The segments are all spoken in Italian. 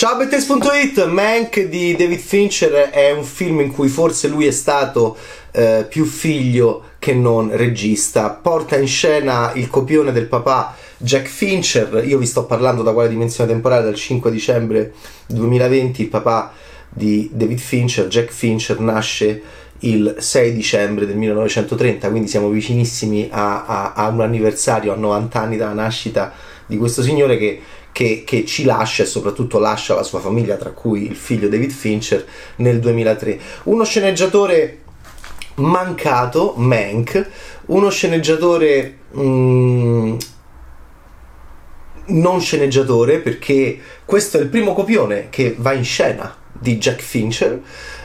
Ciao Bettes.it, Mank di David Fincher è un film in cui forse lui è stato più figlio che non regista. Porta in scena il copione del papà Jack Fincher. Io vi sto parlando da quale dimensione temporale? Dal 5 dicembre 2020. Il papà di David Fincher, Jack Fincher, nasce il 6 dicembre del 1930, quindi siamo vicinissimi a un anniversario, a 90 anni dalla nascita di questo signore che ci lascia, e soprattutto lascia la sua famiglia, tra cui il figlio David Fincher, nel 2003. Uno sceneggiatore mancato, Mank, uno sceneggiatore non sceneggiatore, perché questo è il primo copione che va in scena di Jack Fincher,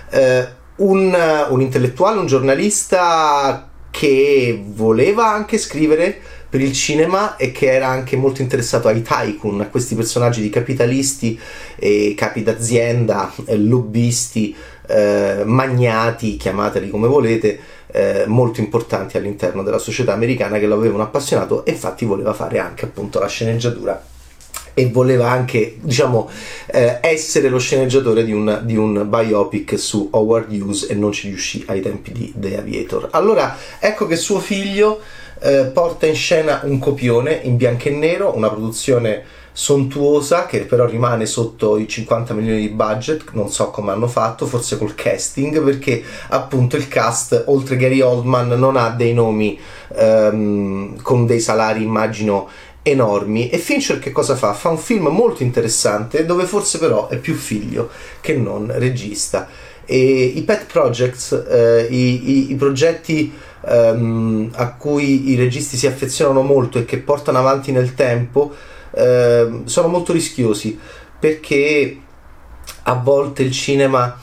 un intellettuale, un giornalista che voleva anche scrivere per il cinema e che era anche molto interessato ai tycoon, a questi personaggi di capitalisti e capi d'azienda, lobbisti, magnati, chiamateli come volete, molto importanti all'interno della società americana, che lo avevano appassionato, e infatti voleva fare anche appunto la sceneggiatura e voleva anche, diciamo, essere lo sceneggiatore di un biopic su Howard Hughes, e non ci riuscì ai tempi di The Aviator. Allora ecco che suo figlio porta in scena un copione in bianco e nero, una produzione sontuosa che però rimane sotto i 50 milioni di budget. Non so come hanno fatto, forse col casting, perché appunto il cast, oltre Gary Oldman, non ha dei nomi con dei salari, immagino, enormi. E Fincher che cosa fa? Fa un film molto interessante, dove forse però è più figlio che non regista. E i pet projects, i progetti a cui i registi si affezionano molto e che portano avanti nel tempo, sono molto rischiosi, perché a volte il cinema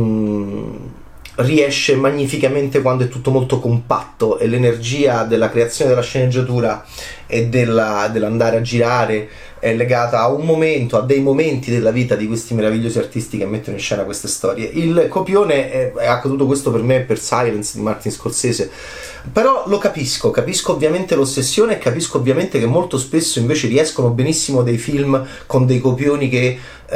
riesce magnificamente quando è tutto molto compatto, e l'energia della creazione della sceneggiatura e dell'andare a girare è legata a un momento, a dei momenti della vita di questi meravigliosi artisti che mettono in scena queste storie. Il copione è accaduto questo per me per Silence di Martin Scorsese, però lo capisco ovviamente l'ossessione, e capisco ovviamente che molto spesso invece riescono benissimo dei film con dei copioni che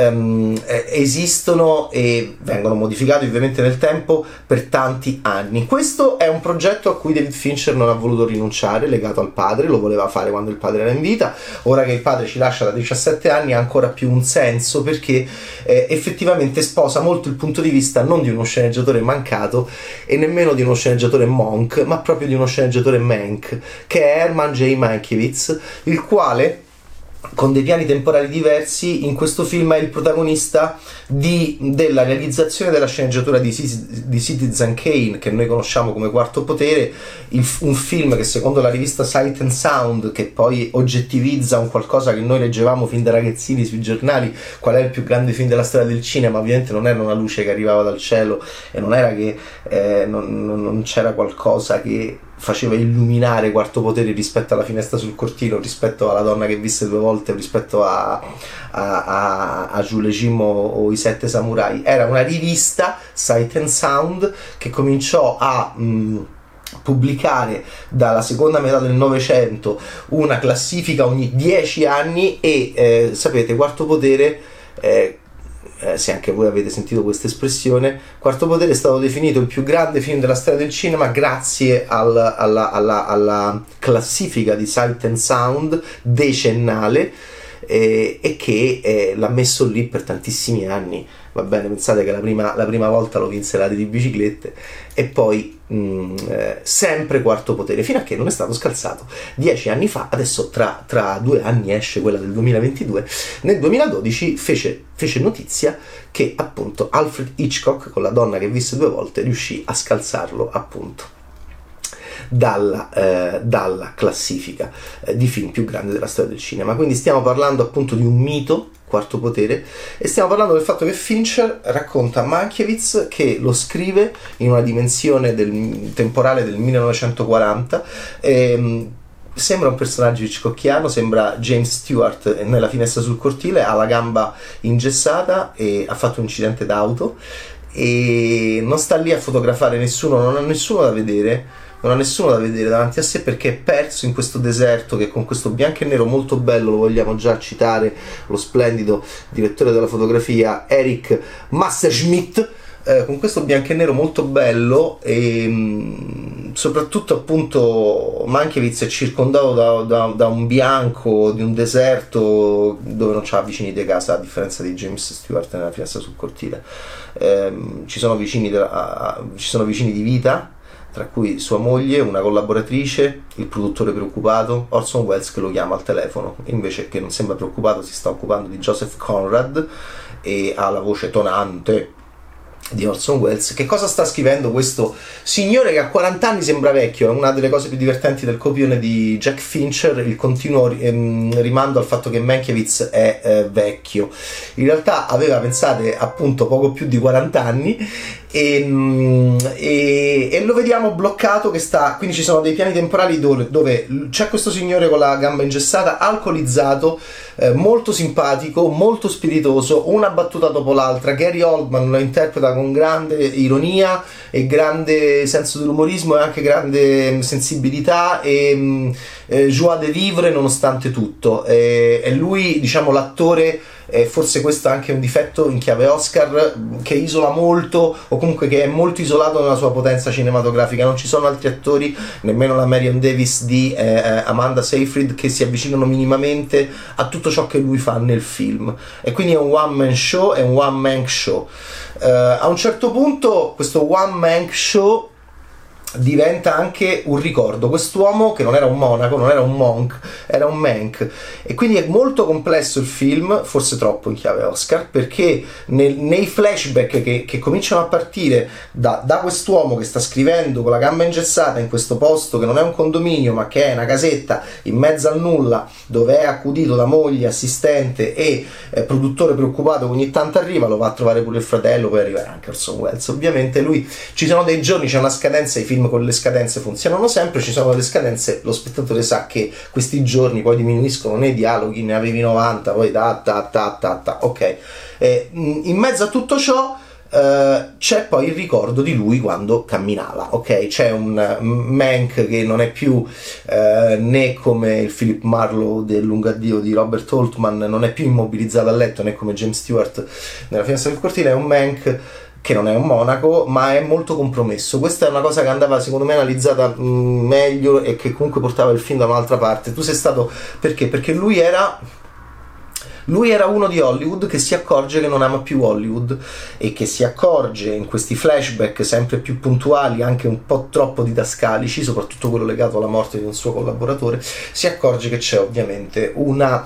esistono e vengono modificati ovviamente nel tempo per tanti anni. Questo è un progetto a cui David Fincher non ha voluto rinunciare, legato al padre, lo voleva fare quando il padre era in vita. Ora che il padre ci lascia da 17 anni ha ancora più un senso, perché effettivamente sposa molto il punto di vista non di uno sceneggiatore mancato e nemmeno di uno sceneggiatore monk, ma proprio di uno sceneggiatore Mank, che è Herman J. Mankiewicz, il quale, con dei piani temporali diversi, in questo film è il protagonista della realizzazione della sceneggiatura di Citizen Kane, che noi conosciamo come Quarto Potere, un film che secondo la rivista Sight and Sound, che poi oggettivizza un qualcosa che noi leggevamo fin da ragazzini sui giornali, qual è il più grande film della storia del cinema, ovviamente non era una luce che arrivava dal cielo, e non era che non c'era qualcosa che faceva illuminare Quarto Potere rispetto alla Finestra sul cortile, rispetto alla Donna che visse due volte, rispetto a Jules Jim o i Sette Samurai. Era una rivista, Sight and Sound, che cominciò a pubblicare dalla seconda metà del Novecento una classifica ogni 10 anni, e sapete, Quarto Potere, se anche voi avete sentito questa espressione, Quarto Potere è stato definito il più grande film della storia del cinema grazie alla classifica di Sight and Sound decennale, e che l'ha messo lì per tantissimi anni. Va bene, pensate che la prima volta lo vinse la di biciclette, e poi sempre Quarto Potere, fino a che non è stato scalzato 10 anni fa. Adesso tra 2 anni esce quella del 2022. Nel 2012 fece notizia che appunto Alfred Hitchcock, con La Donna che visse due volte, riuscì a scalzarlo appunto dalla classifica di film più grande della storia del cinema. Quindi stiamo parlando appunto di un mito, Quarto Potere, e stiamo parlando del fatto che Fincher racconta Mankiewicz, che lo scrive in una dimensione temporale del 1940. Sembra un personaggio hitchcockiano, sembra James Stewart nella Finestra sul cortile, ha la gamba ingessata e ha fatto un incidente d'auto, e non sta lì a fotografare nessuno, non ha nessuno da vedere, non ha nessuno da vedere davanti a sé perché è perso in questo deserto, che con questo bianco e nero molto bello, lo vogliamo già citare, lo splendido direttore della fotografia Eric Messerschmidt, con questo bianco e nero molto bello, e soprattutto appunto Mankiewicz è circondato da un bianco, di un deserto dove non c'ha vicini di casa, a differenza di James Stewart nella Finestra sul cortile. Ci sono vicini di vita, tra cui sua moglie, una collaboratrice, il produttore preoccupato, Orson Welles che lo chiama al telefono, invece che non sembra preoccupato si sta occupando di Joseph Conrad e ha la voce tonante di Orson Welles. Che cosa sta scrivendo questo signore che a 40 anni sembra vecchio? È una delle cose più divertenti del copione di Jack Fincher, il continuo rimando al fatto che Mankiewicz è vecchio. In realtà aveva, pensate, appunto poco più di 40 anni, e lo vediamo bloccato che sta, quindi ci sono dei piani temporali dove c'è questo signore con la gamba ingessata, alcolizzato, molto simpatico, molto spiritoso, una battuta dopo l'altra. Gary Oldman lo interpreta con grande ironia e grande senso dell'umorismo e anche grande sensibilità e joie de vivre nonostante tutto. È lui, diciamo, l'attore, forse questo è anche un difetto in chiave Oscar, che isola molto, o comunque che è molto isolato nella sua potenza cinematografica. Non ci sono altri attori, nemmeno la Marion Davis di Amanda Seyfried, che si avvicinano minimamente a tutto ciò che lui fa nel film, e quindi è un one man show, è un one man show. A un certo punto questo one man show diventa anche un ricordo. Quest'uomo, che non era un monaco, non era un monk, era un mank, e quindi è molto complesso il film, forse troppo in chiave Oscar, perché nei flashback che cominciano a partire da quest'uomo che sta scrivendo con la gamba ingessata in questo posto che non è un condominio ma che è una casetta in mezzo al nulla, dove è accudito da moglie, assistente e produttore preoccupato che ogni tanto arriva, lo va a trovare pure il fratello, poi arriva anche Orson Welles ovviamente. Lui, ci sono dei giorni, c'è una scadenza, i film con le scadenze funzionano sempre, ci sono le scadenze, lo spettatore sa che questi giorni poi diminuiscono nei dialoghi, ne avevi 90, poi ok. In mezzo a tutto ciò c'è poi il ricordo di lui quando camminava, ok? C'è un Mank che non è più né come il Philip Marlowe del Lungaddio di Robert Altman, non è più immobilizzato a letto, né come James Stewart nella Finestra del cortile. È un Mank che non è un monaco, ma è molto compromesso. Questa è una cosa che andava, secondo me, analizzata meglio e che comunque portava il film da un'altra parte. Tu sei stato... Perché? Perché lui era uno di Hollywood che si accorge che non ama più Hollywood, e che si accorge in questi flashback sempre più puntuali, anche un po' troppo didascalici, soprattutto quello legato alla morte di un suo collaboratore, si accorge che c'è ovviamente una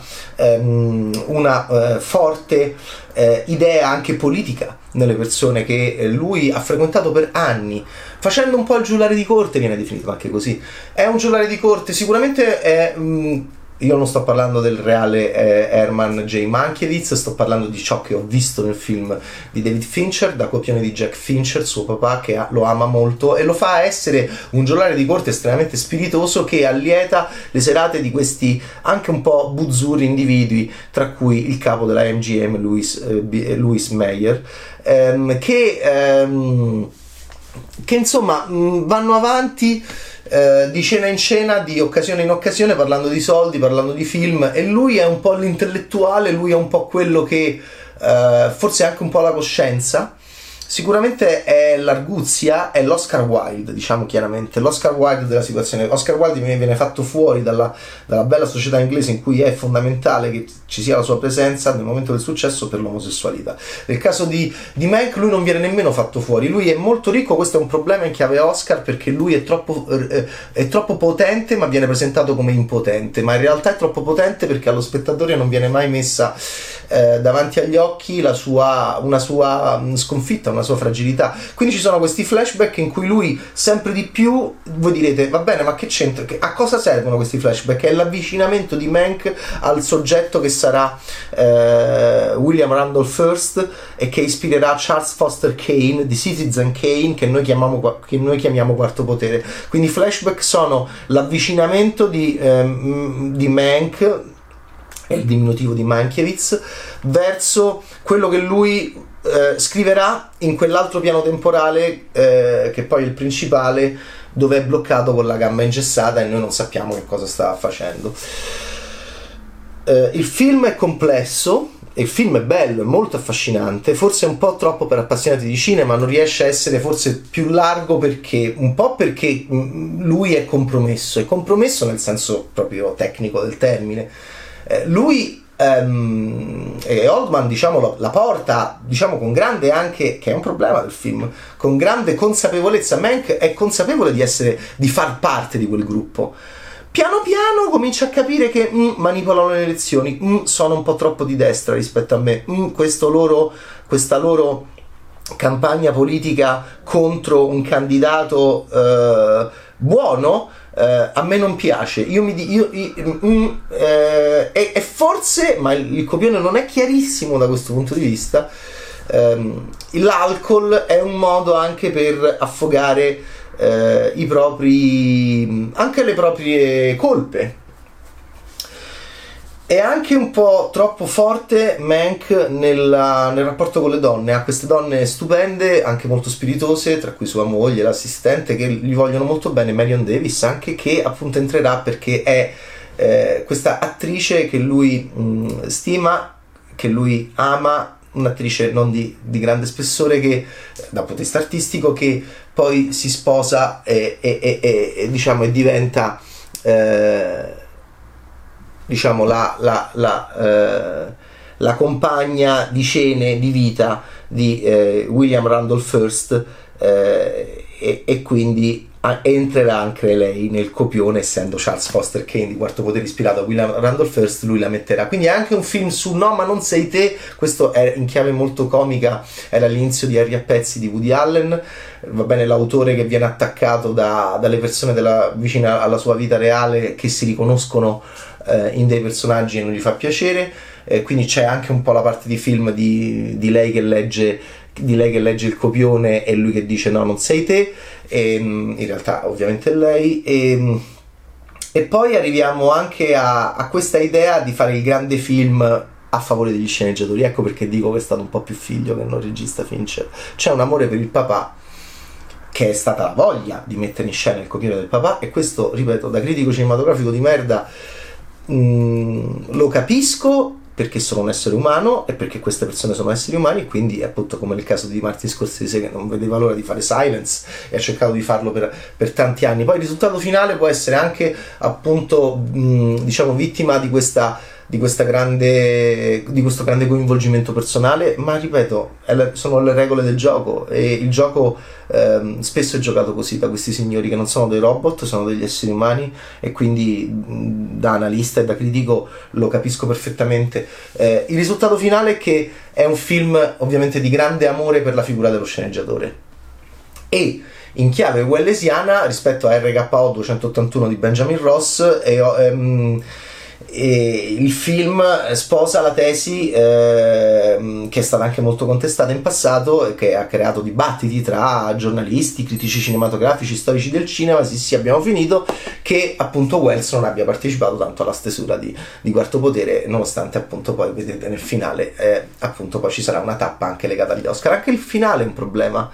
forte idea anche politica nelle persone che lui ha frequentato per anni, facendo un po' il giullare di corte, viene definito anche così. È un giullare di corte, sicuramente è... Io non sto parlando del reale Herman J. Mankiewicz, sto parlando di ciò che ho visto nel film di David Fincher, da copione di Jack Fincher, suo papà, che lo ama molto e lo fa essere un giullare di corte estremamente spiritoso che allieta le serate di questi anche un po' buzzurri individui, tra cui il capo della MGM, Louis Mayer, che insomma vanno avanti di cena in cena, di occasione in occasione, parlando di soldi, parlando di film, e lui è un po' l'intellettuale, lui è un po' quello che forse anche un po' la coscienza. Sicuramente è l'arguzia, è l'Oscar Wilde, diciamo chiaramente, l'Oscar Wilde della situazione. Oscar Wilde viene fatto fuori dalla bella società inglese, in cui è fondamentale che ci sia la sua presenza nel momento del successo per l'omosessualità. Nel caso di Mank lui non viene nemmeno fatto fuori, lui è molto ricco, questo è un problema in chiave Oscar, perché lui è troppo potente ma viene presentato come impotente, ma in realtà è troppo potente perché allo spettatore non viene mai messa davanti agli occhi una sua sconfitta, una sua fragilità. Quindi ci sono questi flashback in cui lui sempre di più, voi direte va bene, ma che c'entra, a cosa servono questi flashback? È l'avvicinamento di Mank al soggetto che sarà William Randolph Hearst e che ispirerà Charles Foster Kane di Citizen Kane, che noi chiamiamo Quarto Potere. Quindi i flashback sono l'avvicinamento di Mank, è il diminutivo di Mankiewicz, verso quello che lui scriverà in quell'altro piano temporale che poi è il principale, dove è bloccato con la gamba ingessata e noi non sappiamo che cosa sta facendo. Il film è complesso, il film è bello, è molto affascinante, forse un po' troppo per appassionati di cinema, non riesce a essere forse più largo perché lui è compromesso nel senso proprio tecnico del termine. Lui e Oldman, diciamo, la porta, diciamo, con grande, anche, che è un problema del film, con grande consapevolezza. Mank è consapevole di far parte di quel gruppo. Piano piano comincia a capire che manipolano le elezioni, sono un po' troppo di destra rispetto a me, questa loro campagna politica contro un candidato buono a me non piace. E forse, ma il copione non è chiarissimo da questo punto di vista, l'alcol è un modo anche per affogare anche le proprie colpe. È anche un po' troppo forte Mank nel rapporto con le donne. Ha queste donne stupende, anche molto spiritose, tra cui sua moglie, l'assistente, che gli vogliono molto bene, Marion Davis, anche, che appunto entrerà perché è questa attrice che lui stima, che lui ama, un'attrice non di grande spessore, che da punto di vista artistico, che poi si sposa e diciamo, e diventa diciamo la compagna di cene di vita di William Randolph Hearst, e quindi entrerà anche lei nel copione, essendo Charles Foster Kane di Quarto Potere ispirato a William Randolph Hearst, lui la metterà. Quindi è anche un film su No ma non sei te, questo è in chiave molto comica, era l'inizio di Harry a pezzi di Woody Allen, va bene, l'autore che viene attaccato dalle persone vicine alla sua vita reale, che si riconoscono in dei personaggi e non gli fa piacere, quindi c'è anche un po' la parte di film di lei che legge il copione e lui che dice no non sei te, e in realtà ovviamente è lei, e poi arriviamo anche a questa idea di fare il grande film a favore degli sceneggiatori. Ecco perché dico che è stato un po' più figlio che non regista Fincher. C'è un amore per il papà, che è stata la voglia di mettere in scena il copione del papà, e questo, ripeto, da critico cinematografico di merda, lo capisco, perché sono un essere umano e perché queste persone sono esseri umani, e quindi appunto, come nel caso di Martin Scorsese, che non vedeva l'ora di fare Silence e ha cercato di farlo per tanti anni. Poi il risultato finale può essere anche appunto diciamo vittima di questo grande coinvolgimento personale, ma ripeto, sono le regole del gioco, e il gioco spesso è giocato così da questi signori che non sono dei robot, sono degli esseri umani, e quindi da analista e da critico lo capisco perfettamente. Il risultato finale è che è un film ovviamente di grande amore per la figura dello sceneggiatore, e in chiave wellesiana rispetto a RKO 281 di Benjamin Ross, e il film sposa la tesi che è stata anche molto contestata in passato e che ha creato dibattiti tra giornalisti, critici cinematografici, storici del cinema. Sì, abbiamo finito, che appunto Wells non abbia partecipato tanto alla stesura di Quarto Potere, nonostante appunto poi vedete nel finale appunto poi ci sarà una tappa anche legata agli Oscar. Anche il finale è un problema.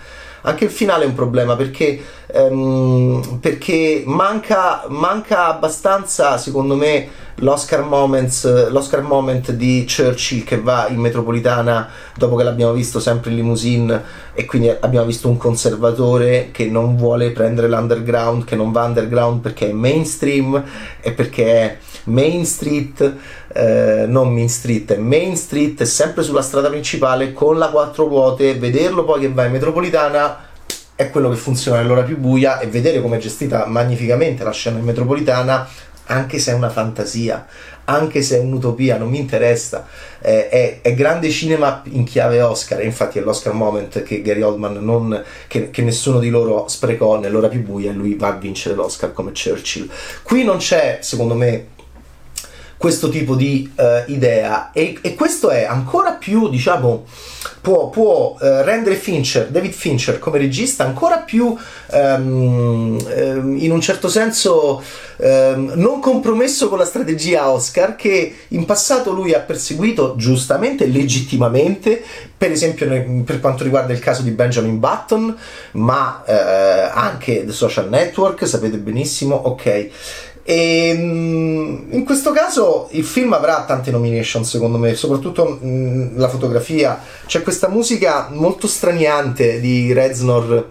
Perché manca abbastanza, secondo me, l'Oscar moment di Churchill che va in metropolitana dopo che l'abbiamo visto sempre in limousine, e quindi abbiamo visto un conservatore che non vuole prendere l'underground, che non va underground perché è mainstream e perché è Main Street, non Main Street, è Main Street, è sempre sulla strada principale con la quattro ruote. Vederlo poi che va in metropolitana è quello che funziona nell'ora più buia, e vedere come è gestita magnificamente la scena in metropolitana, anche se è una fantasia, anche se è un'utopia, non mi interessa, è grande cinema in chiave Oscar, e infatti è l'Oscar moment che Gary Oldman che nessuno di loro sprecò nell'ora più buia, e lui va a vincere l'Oscar come Churchill. Qui non c'è, secondo me, questo tipo di idea, e questo è ancora più, diciamo, può rendere David Fincher come regista ancora più in un certo senso non compromesso con la strategia Oscar che in passato lui ha perseguito giustamente, legittimamente, per esempio per quanto riguarda il caso di Benjamin Button, ma anche The Social Network, sapete benissimo, ok. E in questo caso il film avrà tante nomination, secondo me, soprattutto la fotografia. C'è questa musica molto straniante di Reznor,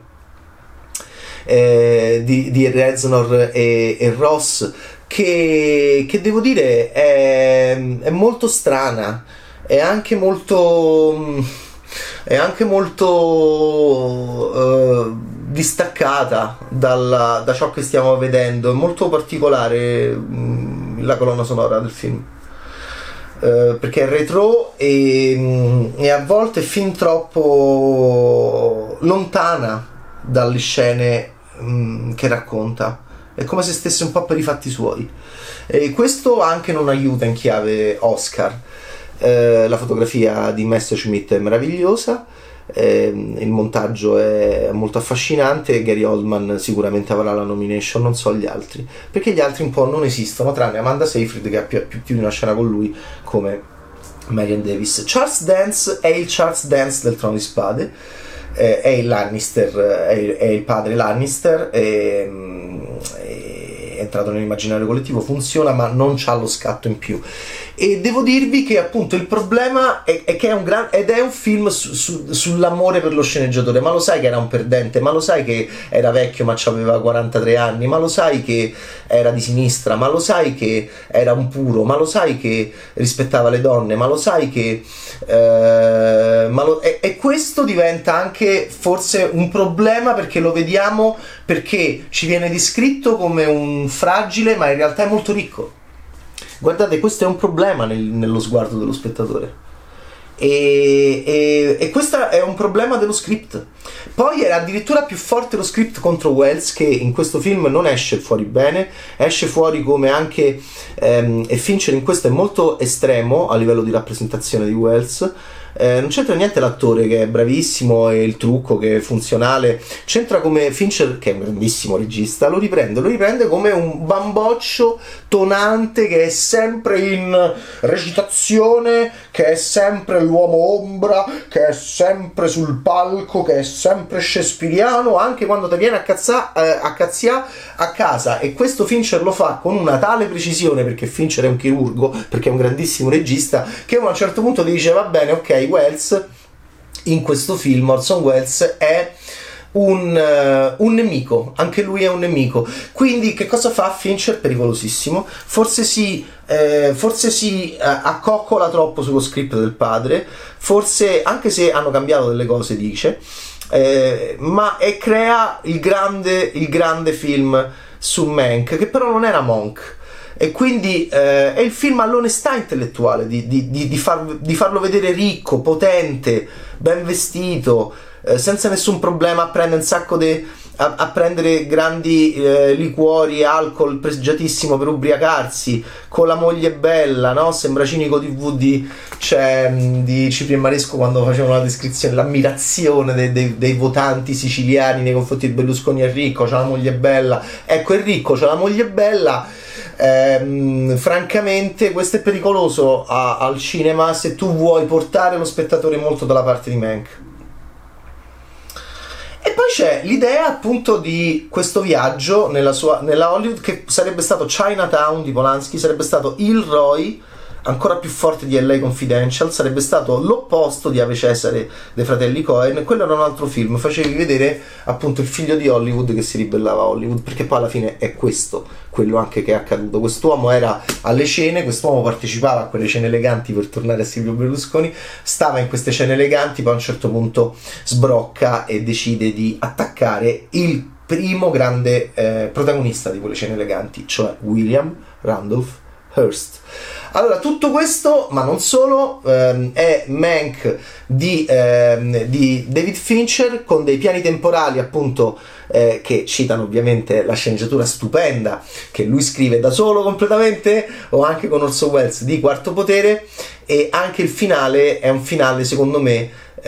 di Reznor e Ross, che devo dire è molto strana, è anche molto distaccata da ciò che stiamo vedendo. È molto particolare la colonna sonora del film, perché è retro e a volte è fin troppo lontana dalle scene che racconta. È come se stesse un po' per i fatti suoi, e questo anche non aiuta in chiave Oscar. La fotografia di Messerschmitt è meravigliosa, il montaggio è molto affascinante. Gary Oldman sicuramente avrà la nomination, non so gli altri, perché gli altri un po' non esistono, tranne Amanda Seyfried che ha più di una scena con lui, come Marion Davis. Charles Dance è il Charles Dance del Trono di Spade, è il Lannister, è il padre Lannister, è entrato nell'immaginario collettivo, funziona, ma non c'ha lo scatto in più. E devo dirvi che appunto il problema è che è un film sull'amore per lo sceneggiatore. Ma lo sai che era un perdente, ma lo sai che era vecchio ma aveva 43 anni, ma lo sai che era di sinistra, ma lo sai che era un puro, ma lo sai che rispettava le donne, ma lo sai che e questo diventa anche forse un problema, perché lo vediamo, perché ci viene descritto come un fragile, ma in realtà è molto ricco. Guardate, questo è un problema nello sguardo dello spettatore, e questo è un problema dello script. Poi era addirittura più forte lo script contro Wells, che in questo film non esce fuori bene, esce fuori come anche e Fincher in questo è molto estremo a livello di rappresentazione di Wells. Non c'entra niente l'attore, che è bravissimo, e il trucco che è funzionale. C'entra come Fincher, che è un grandissimo regista, lo riprende come un bamboccio tonante che è sempre in recitazione, che è sempre l'uomo ombra, che è sempre sul palco, che è sempre shakespeariano, anche quando ti viene a cazzià a casa. E questo Fincher lo fa con una tale precisione, perché Fincher è un chirurgo, perché è un grandissimo regista, che a un certo punto ti dice: va bene, ok, Wells in questo film, Orson Welles, è un nemico, anche lui è un nemico. Quindi che cosa fa Fincher? Pericolosissimo. Forse si accoccola troppo sullo script del padre, forse, anche se hanno cambiato delle cose, dice, ma crea il grande film su Mank, che però non era Monk. E quindi è il film all'onestà intellettuale di farlo vedere ricco, potente, ben vestito, senza nessun problema a prendere a prendere grandi liquori, alcol pregiatissimo per ubriacarsi, con la moglie bella, no? Sembra Cinico TV di Cipriano Maresco, quando facevano la descrizione, l'ammirazione dei votanti siciliani nei confronti di Berlusconi. È ricco, c'ha la moglie bella. Ecco, è ricco, c'ha la moglie bella. Francamente questo è pericoloso al cinema, se tu vuoi portare lo spettatore molto dalla parte di Mank. E poi c'è l'idea appunto di questo viaggio nella Hollywood, che sarebbe stato Chinatown di Polanski, sarebbe stato Il Roy, ancora più forte di LA Confidential, sarebbe stato l'opposto di Ave Cesare dei fratelli Coen. Quello era un altro film, facevi vedere appunto il figlio di Hollywood che si ribellava a Hollywood, perché poi alla fine è quello anche che è accaduto. Quest'uomo era alle cene, quest'uomo partecipava a quelle cene eleganti, per tornare a Silvio Berlusconi, stava in queste cene eleganti, poi a un certo punto sbrocca e decide di attaccare il primo grande protagonista di quelle cene eleganti, cioè William Randolph Hearst. Allora, tutto questo, ma non solo, è Mank di David Fincher, con dei piani temporali appunto che citano ovviamente la sceneggiatura stupenda che lui scrive da solo completamente, o anche con Orson Welles, di Quarto Potere. E anche il finale è un finale secondo me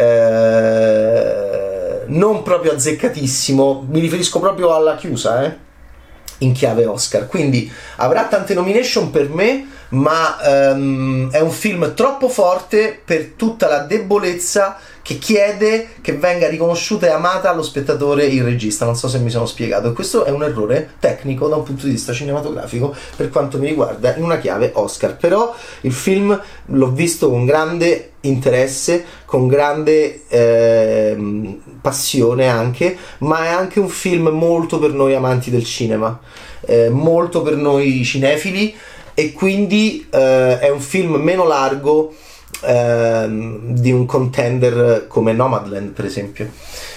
non proprio azzeccatissimo, mi riferisco proprio alla chiusa, in chiave Oscar, quindi avrà tante nomination per me, ma è un film troppo forte per tutta la debolezza che chiede che venga riconosciuta e amata allo spettatore il regista. Non so se mi sono spiegato, e questo è un errore tecnico da un punto di vista cinematografico per quanto mi riguarda, in una chiave Oscar. Però il film l'ho visto con grande interesse, con grande passione anche, ma è anche un film molto per noi amanti del cinema, molto per noi cinefili, e quindi è un film meno largo di un contender come Nomadland, per esempio.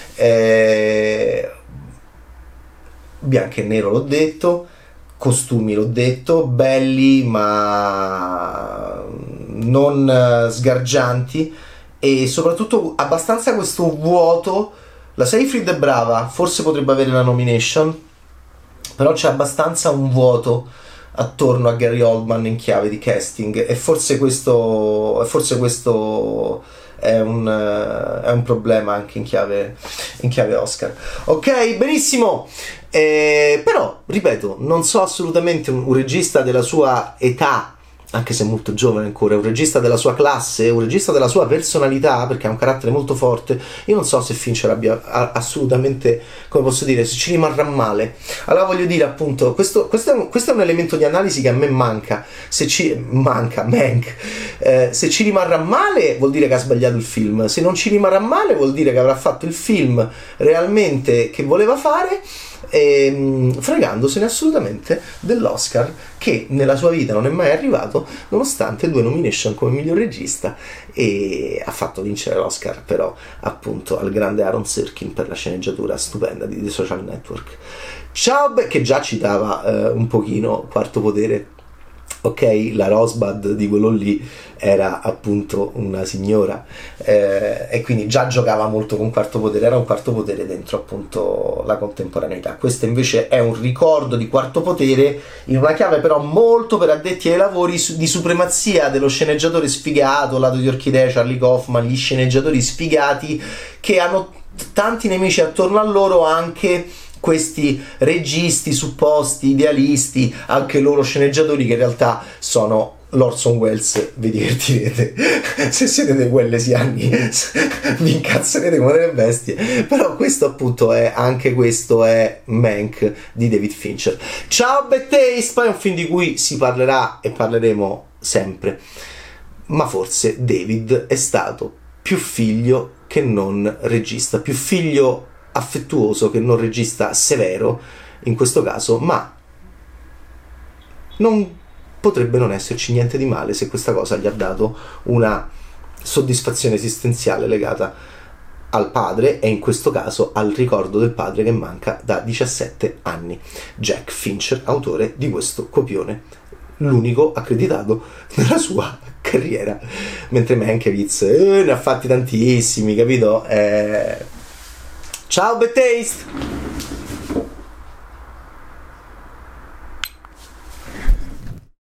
Bianco e nero l'ho detto, costumi l'ho detto, belli ma non sgargianti, e soprattutto abbastanza questo vuoto. La Seyfried è brava, forse potrebbe avere la nomination, però c'è abbastanza un vuoto attorno a Gary Oldman in chiave di casting, e forse questo è un problema anche in chiave Oscar. Ok, benissimo. Però ripeto, non so assolutamente un regista della sua età, anche se molto giovane ancora, un regista della sua classe, un regista della sua personalità, perché ha un carattere molto forte. Io non so se Fincher abbia assolutamente, come posso dire, se ci rimarrà male. Allora voglio dire appunto, questo è un elemento di analisi che a me manca. Se ci rimarrà male vuol dire che ha sbagliato il film, se non ci rimarrà male vuol dire che avrà fatto il film realmente che voleva fare, fregandosene assolutamente dell'Oscar, che nella sua vita non è mai arrivato, nonostante 2 nomination come miglior regista, e ha fatto vincere l'Oscar però appunto al grande Aaron Sorkin per la sceneggiatura stupenda di The Social Network. Ciao, che già citava un pochino Quarto Potere. Ok, la Rosebud di quello lì era appunto una signora, e quindi già giocava molto con Quarto Potere, era un Quarto Potere dentro appunto la contemporaneità. Questo invece è un ricordo di Quarto Potere in una chiave però molto per addetti ai lavori di supremazia dello sceneggiatore sfigato, lato di Orchidea, Charlie Kaufman, gli sceneggiatori sfigati che hanno tanti nemici attorno a loro, anche questi registi supposti, idealisti, anche loro sceneggiatori che in realtà sono l'Orson Welles. Vi divertirete se siete dei wellesiani, vi incazzerete come delle bestie. Però questo appunto è Mank di David Fincher. Ciao Bad Taste, poi è un film di cui si parlerà e parleremo sempre, ma forse David è stato più figlio che non regista, più figlio affettuoso che non regista severo in questo caso, ma non potrebbe non esserci niente di male se questa cosa gli ha dato una soddisfazione esistenziale legata al padre, e in questo caso al ricordo del padre che manca da 17 anni. Jack Fincher, autore di questo copione, l'unico accreditato nella sua carriera, mentre Mankiewicz ne ha fatti tantissimi, capito? Ciao Bad Taste!